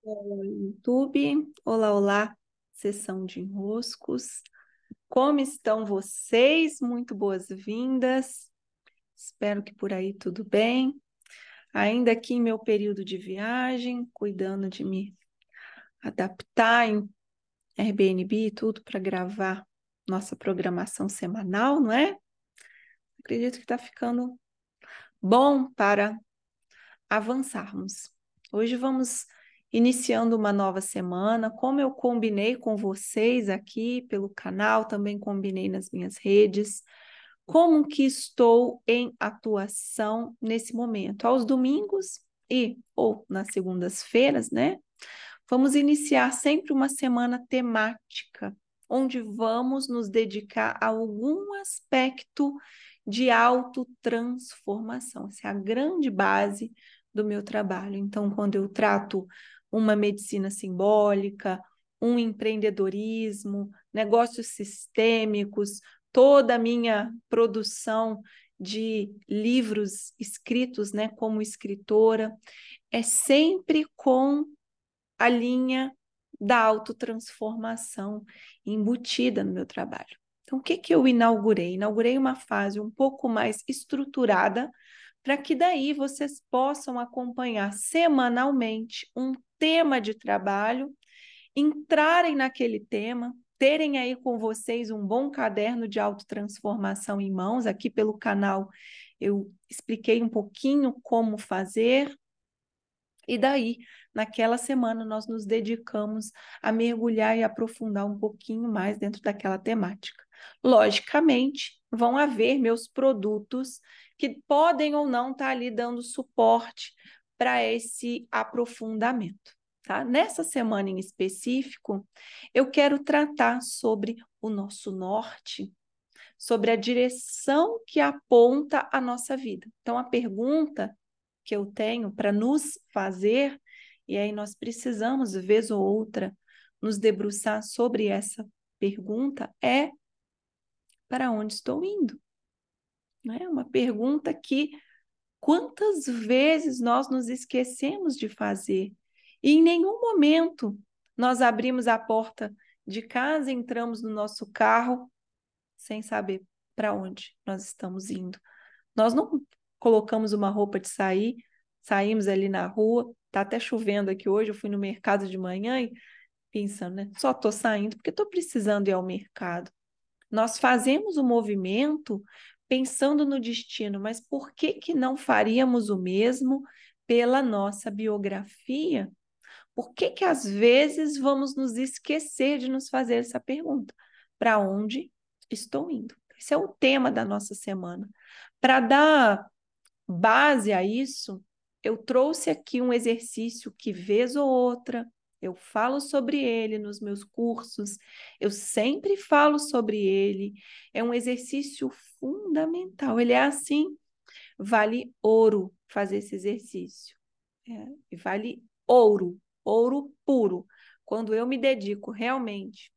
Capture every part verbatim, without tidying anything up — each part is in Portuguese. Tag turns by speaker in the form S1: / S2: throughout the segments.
S1: Olá, YouTube. Olá, olá, sessão de enroscos. Como estão vocês? Muito boas-vindas. Espero que por aí tudo bem. Ainda aqui em meu período de viagem, cuidando de me adaptar em Airbnb e tudo para gravar nossa programação semanal, não é? Acredito que está ficando bom para avançarmos. Hoje vamos iniciando uma nova semana, como eu combinei com vocês aqui pelo canal, também combinei nas minhas redes, como que estou em atuação nesse momento, aos domingos e ou nas segundas-feiras, né? Vamos iniciar sempre uma semana temática, onde vamos nos dedicar a algum aspecto de autotransformação. Essa é a grande base do meu trabalho. Então, quando eu trato uma medicina simbólica, um empreendedorismo, negócios sistêmicos, toda a minha produção de livros escritos, né, como escritora, é sempre com a linha da autotransformação embutida no meu trabalho. Então, o que que eu inaugurei? Inaugurei uma fase um pouco mais estruturada para que daí vocês possam acompanhar semanalmente um tema de trabalho, entrarem naquele tema, terem aí com vocês um bom caderno de autotransformação em mãos. Aqui pelo canal eu expliquei um pouquinho como fazer, e daí, naquela semana, nós nos dedicamos a mergulhar e aprofundar um pouquinho mais dentro daquela temática. Logicamente, vão haver meus produtos que podem ou não estar ali dando suporte para esse aprofundamento. Tá? Nessa semana em específico, eu quero tratar sobre o nosso norte, sobre a direção que aponta a nossa vida. Então, a pergunta que eu tenho para nos fazer, e aí nós precisamos, vez ou outra, nos debruçar sobre essa pergunta, é: para onde estou indo? É uma pergunta que quantas vezes nós nos esquecemos de fazer, e em nenhum momento nós abrimos a porta de casa, entramos no nosso carro sem saber para onde nós estamos indo. Nós não colocamos uma roupa de sair, saímos ali na rua, tá até chovendo aqui hoje, eu fui no mercado de manhã e pensando, né? Só tô saindo porque tô precisando ir ao mercado. Nós fazemos o movimento pensando no destino, mas por que que não faríamos o mesmo pela nossa biografia? Por que que às vezes vamos nos esquecer de nos fazer essa pergunta? Para onde estou indo? Esse é o tema da nossa semana. Para dar base a isso, eu trouxe aqui um exercício que, vez ou outra, eu falo sobre ele nos meus cursos, eu sempre falo sobre ele. É um exercício fundamental. Ele é assim, vale ouro fazer esse exercício. É, e vale ouro, ouro puro. Quando eu me dedico realmente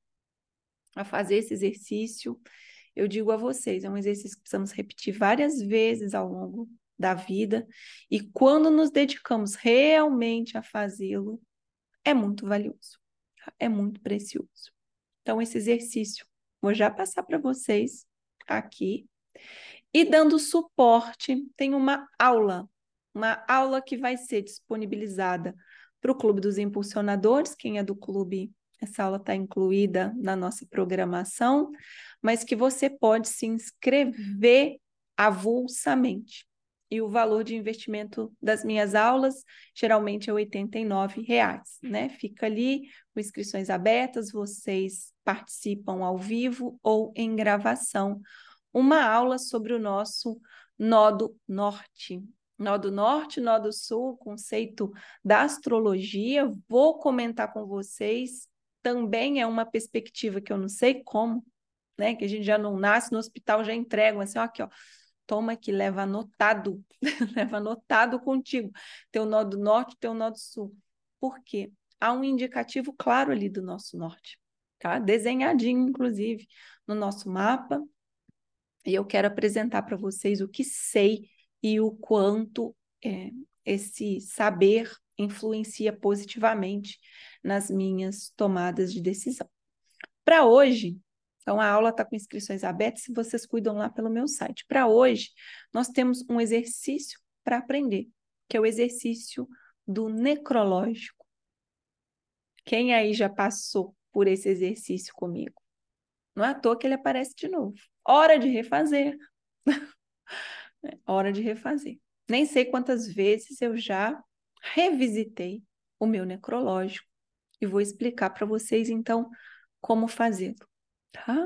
S1: a fazer esse exercício, eu digo a vocês, é um exercício que precisamos repetir várias vezes ao longo da vida, e quando nos dedicamos realmente a fazê-lo, é muito valioso, é muito precioso. Então, esse exercício, vou já passar para vocês aqui. E dando suporte, tem uma aula, uma aula que vai ser disponibilizada para o Clube dos Impulsionadores. Quem é do clube, essa aula está incluída na nossa programação, mas que você pode se inscrever avulsamente. E o valor de investimento das minhas aulas geralmente é oitenta e nove reais, né? Fica ali com inscrições abertas, vocês participam ao vivo ou em gravação. Uma aula sobre o nosso nodo norte. Nodo norte, nodo sul, conceito da astrologia. Vou comentar com vocês. Também é uma perspectiva que eu não sei como, né? Que a gente já não nasce no hospital, já entregam assim, ó, aqui, ó. Toma aqui, leva anotado, leva anotado contigo. Teu nodo norte, teu nodo sul. Por quê? Há um indicativo claro ali do nosso norte, tá? Desenhadinho, inclusive, no nosso mapa. E eu quero apresentar para vocês o que sei e o quanto é, esse saber influencia positivamente nas minhas tomadas de decisão. Para hoje, então a aula está com inscrições abertas, se vocês cuidam lá pelo meu site. Para hoje, nós temos um exercício para aprender, que é o exercício do necrológico. Quem aí já passou por esse exercício comigo? Não é à toa que ele aparece de novo. Hora de refazer. Hora de refazer. Nem sei quantas vezes eu já revisitei o meu necrológico e vou explicar para vocês, então, como fazê-lo, tá?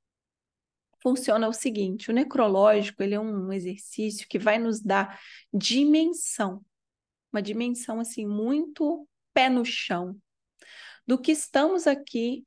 S1: Funciona o seguinte, o necrológico, ele é um exercício que vai nos dar dimensão, uma dimensão, assim, muito pé no chão, do que estamos aqui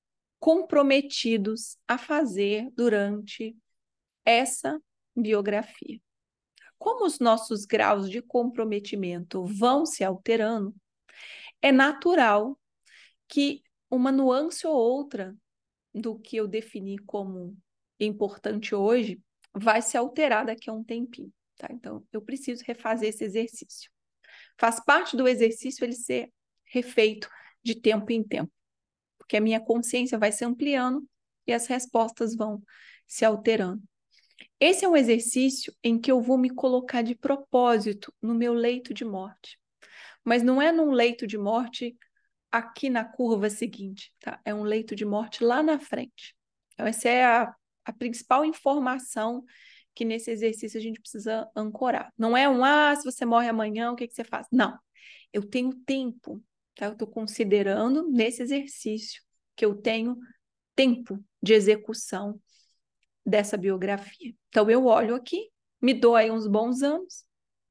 S1: comprometidos a fazer durante essa biografia. Como os nossos graus de comprometimento vão se alterando, é natural que uma nuance ou outra do que eu defini como importante hoje vai se alterar daqui a um tempinho, tá? Então, eu preciso refazer esse exercício. Faz parte do exercício ele ser refeito de tempo em tempo, porque a minha consciência vai se ampliando e as respostas vão se alterando. Esse é um exercício em que eu vou me colocar de propósito no meu leito de morte. Mas não é num leito de morte aqui na curva seguinte, tá? É um leito de morte lá na frente. Então, essa é a, a principal informação que nesse exercício a gente precisa ancorar. Não é um, ah, se você morre amanhã, o que, que você faz? Não. Eu tenho tempo, tá? Eu estou considerando nesse exercício que eu tenho tempo de execução dessa biografia. Então, eu olho aqui, me dou aí uns bons anos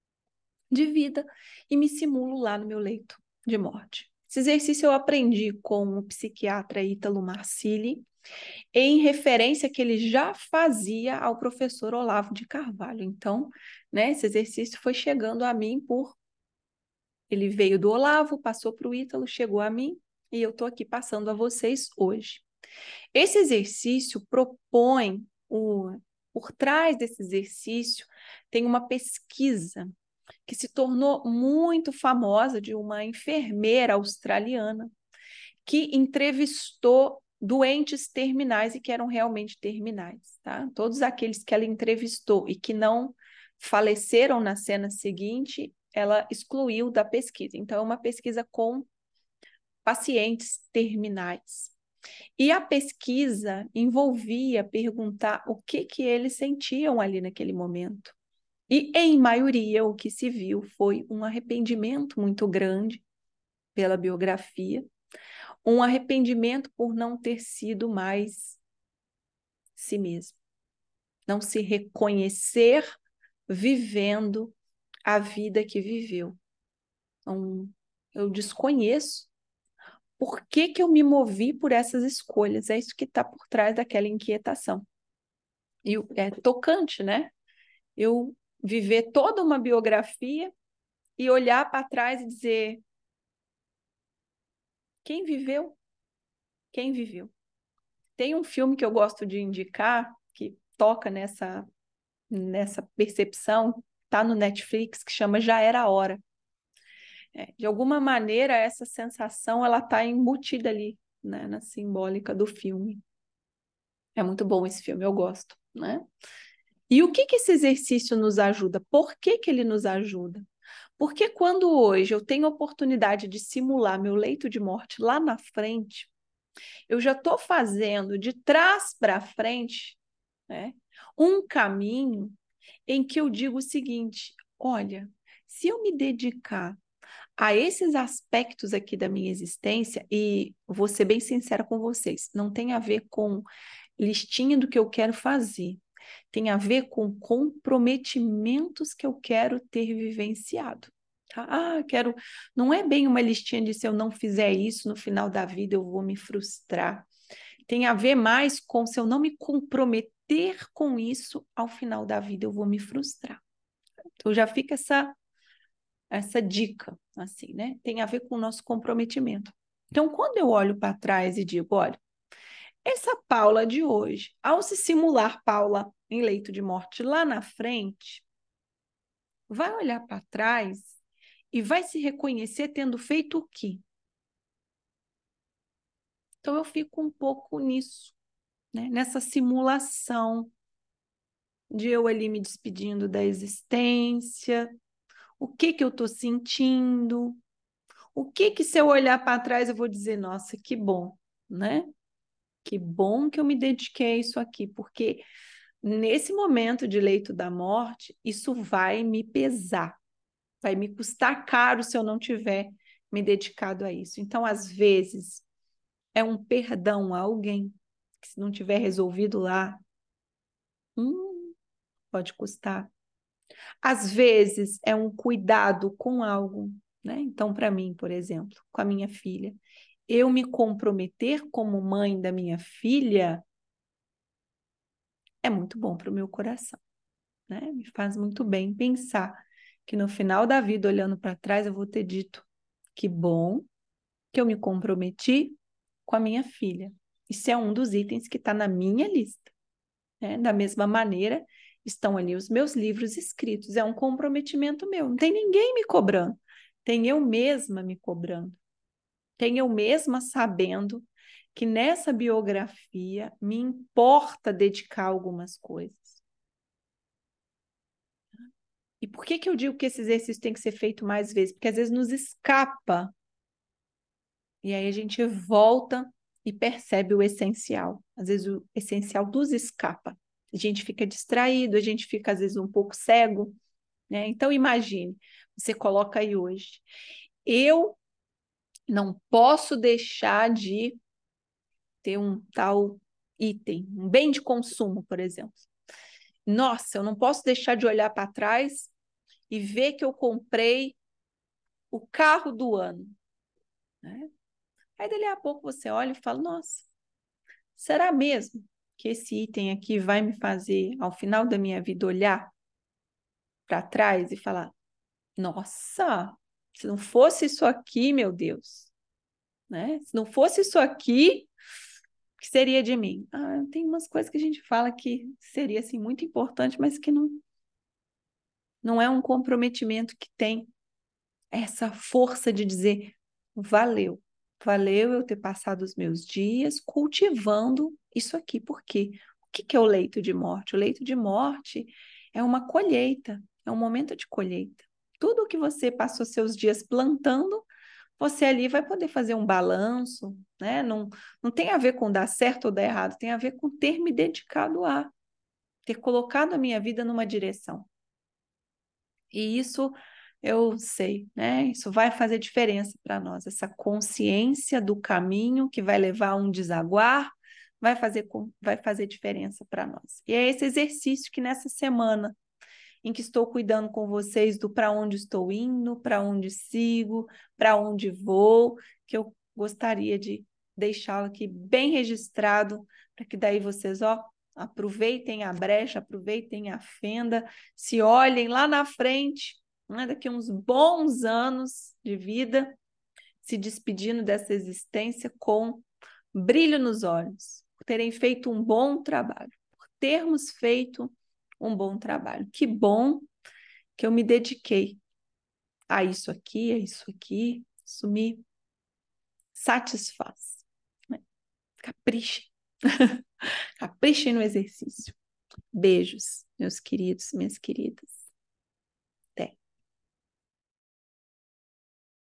S1: de vida e me simulo lá no meu leito de morte. Esse exercício eu aprendi com o psiquiatra Ítalo Marcilli, em referência que ele já fazia ao professor Olavo de Carvalho. Então, né, esse exercício foi chegando a mim por... Ele veio do Olavo, passou para o Ítalo, chegou a mim, e eu estou aqui passando a vocês hoje. Esse exercício propõe, o, por trás desse exercício, tem uma pesquisa que se tornou muito famosa de uma enfermeira australiana que entrevistou doentes terminais e que eram realmente terminais, tá? Todos aqueles que ela entrevistou e que não faleceram na cena seguinte, ela excluiu da pesquisa. Então, é uma pesquisa com pacientes terminais. E a pesquisa envolvia perguntar o que, que eles sentiam ali naquele momento. E, em maioria, o que se viu foi um arrependimento muito grande pela biografia, um arrependimento por não ter sido mais si mesmo, não se reconhecer vivendo a vida que viveu. Então, eu desconheço por que, que eu me movi por essas escolhas, é isso que está por trás daquela inquietação. E é tocante, né? Eu viver toda uma biografia e olhar para trás e dizer: quem viveu? Quem viveu? Tem um filme que eu gosto de indicar, que toca nessa, nessa percepção, tá no Netflix, que chama Já Era a Hora. É, de alguma maneira, essa sensação ela está embutida ali, né, na simbólica do filme. É muito bom esse filme, eu gosto, né? E o que, que esse exercício nos ajuda? Por que, que ele nos ajuda? Porque quando hoje eu tenho a oportunidade de simular meu leito de morte lá na frente, eu já estou fazendo de trás para frente, né, um caminho em que eu digo o seguinte: olha, se eu me dedicar a esses aspectos aqui da minha existência, e vou ser bem sincera com vocês, não tem a ver com listinha do que eu quero fazer, tem a ver com comprometimentos que eu quero ter vivenciado. Ah, quero. Não é bem uma listinha de se eu não fizer isso no final da vida eu vou me frustrar. Tem a ver mais com se eu não me comprometer com isso, ao final da vida eu vou me frustrar. Então já fica essa, essa dica, assim, né? Tem a ver com o nosso comprometimento. Então, quando eu olho para trás e digo, olha, essa Paula de hoje, ao se simular Paula em leito de morte lá na frente, vai olhar para trás e vai se reconhecer tendo feito o quê? Então eu fico um pouco nisso, né? Nessa simulação de eu ali me despedindo da existência, o que que eu estou sentindo, o que que se eu olhar para trás eu vou dizer, nossa, que bom, né? Que bom que eu me dediquei a isso aqui, porque nesse momento de leito da morte, isso vai me pesar, vai me custar caro se eu não tiver me dedicado a isso. Então, às vezes, é um perdão a alguém que se não tiver resolvido lá, hum, pode custar. Às vezes, é um cuidado com algo, né? Então, para mim, por exemplo, com a minha filha, eu me comprometer como mãe da minha filha é muito bom para o meu coração, né? Me faz muito bem pensar que no final da vida, olhando para trás, eu vou ter dito que bom que eu me comprometi com a minha filha. Isso é um dos itens que está na minha lista, né? Da mesma maneira, estão ali os meus livros escritos. É um comprometimento meu. Não tem ninguém me cobrando. Tem eu mesma me cobrando. Tem eu mesma sabendo que nessa biografia me importa dedicar algumas coisas. E por que que eu digo que esse exercício tem que ser feito mais vezes? Porque às vezes nos escapa. E aí a gente volta e percebe o essencial. Às vezes o essencial nos escapa. A gente fica distraído, a gente fica às vezes um pouco cego, né? Então imagine, você coloca aí hoje, eu não posso deixar de ter um tal item, um bem de consumo, por exemplo. Nossa, eu não posso deixar de olhar para trás e ver que eu comprei o carro do ano, né? Aí, dali a pouco, você olha e fala, nossa, será mesmo que esse item aqui vai me fazer, ao final da minha vida, olhar para trás e falar, nossa, se não fosse isso aqui, meu Deus, né? Se não fosse isso aqui, o que seria de mim? Ah, tem umas coisas que a gente fala que seria, assim, muito importante, mas que não, não é um comprometimento que tem essa força de dizer valeu, valeu eu ter passado os meus dias cultivando isso aqui. Por quê? O que que é o leito de morte? O leito de morte é uma colheita, é um momento de colheita. Tudo o que você passou seus dias plantando, você ali vai poder fazer um balanço, né? Não, não tem a ver com dar certo ou dar errado, tem a ver com ter me dedicado a, ter colocado a minha vida numa direção. E isso eu sei, né? Isso vai fazer diferença para nós. Essa consciência do caminho que vai levar a um desaguar vai fazer, vai fazer diferença para nós. E é esse exercício que nessa semana em que estou cuidando com vocês do para onde estou indo, para onde sigo, para onde vou, que eu gostaria de deixá-lo aqui bem registrado, para que daí vocês, ó, aproveitem a brecha, aproveitem a fenda, se olhem lá na frente, né, daqui a uns bons anos de vida, se despedindo dessa existência com brilho nos olhos, por terem feito um bom trabalho, por termos feito um bom trabalho. Que bom que eu me dediquei a isso aqui, a isso aqui, isso me satisfaz. Né? Caprichem. Caprichem no exercício. Beijos, meus queridos, minhas queridas.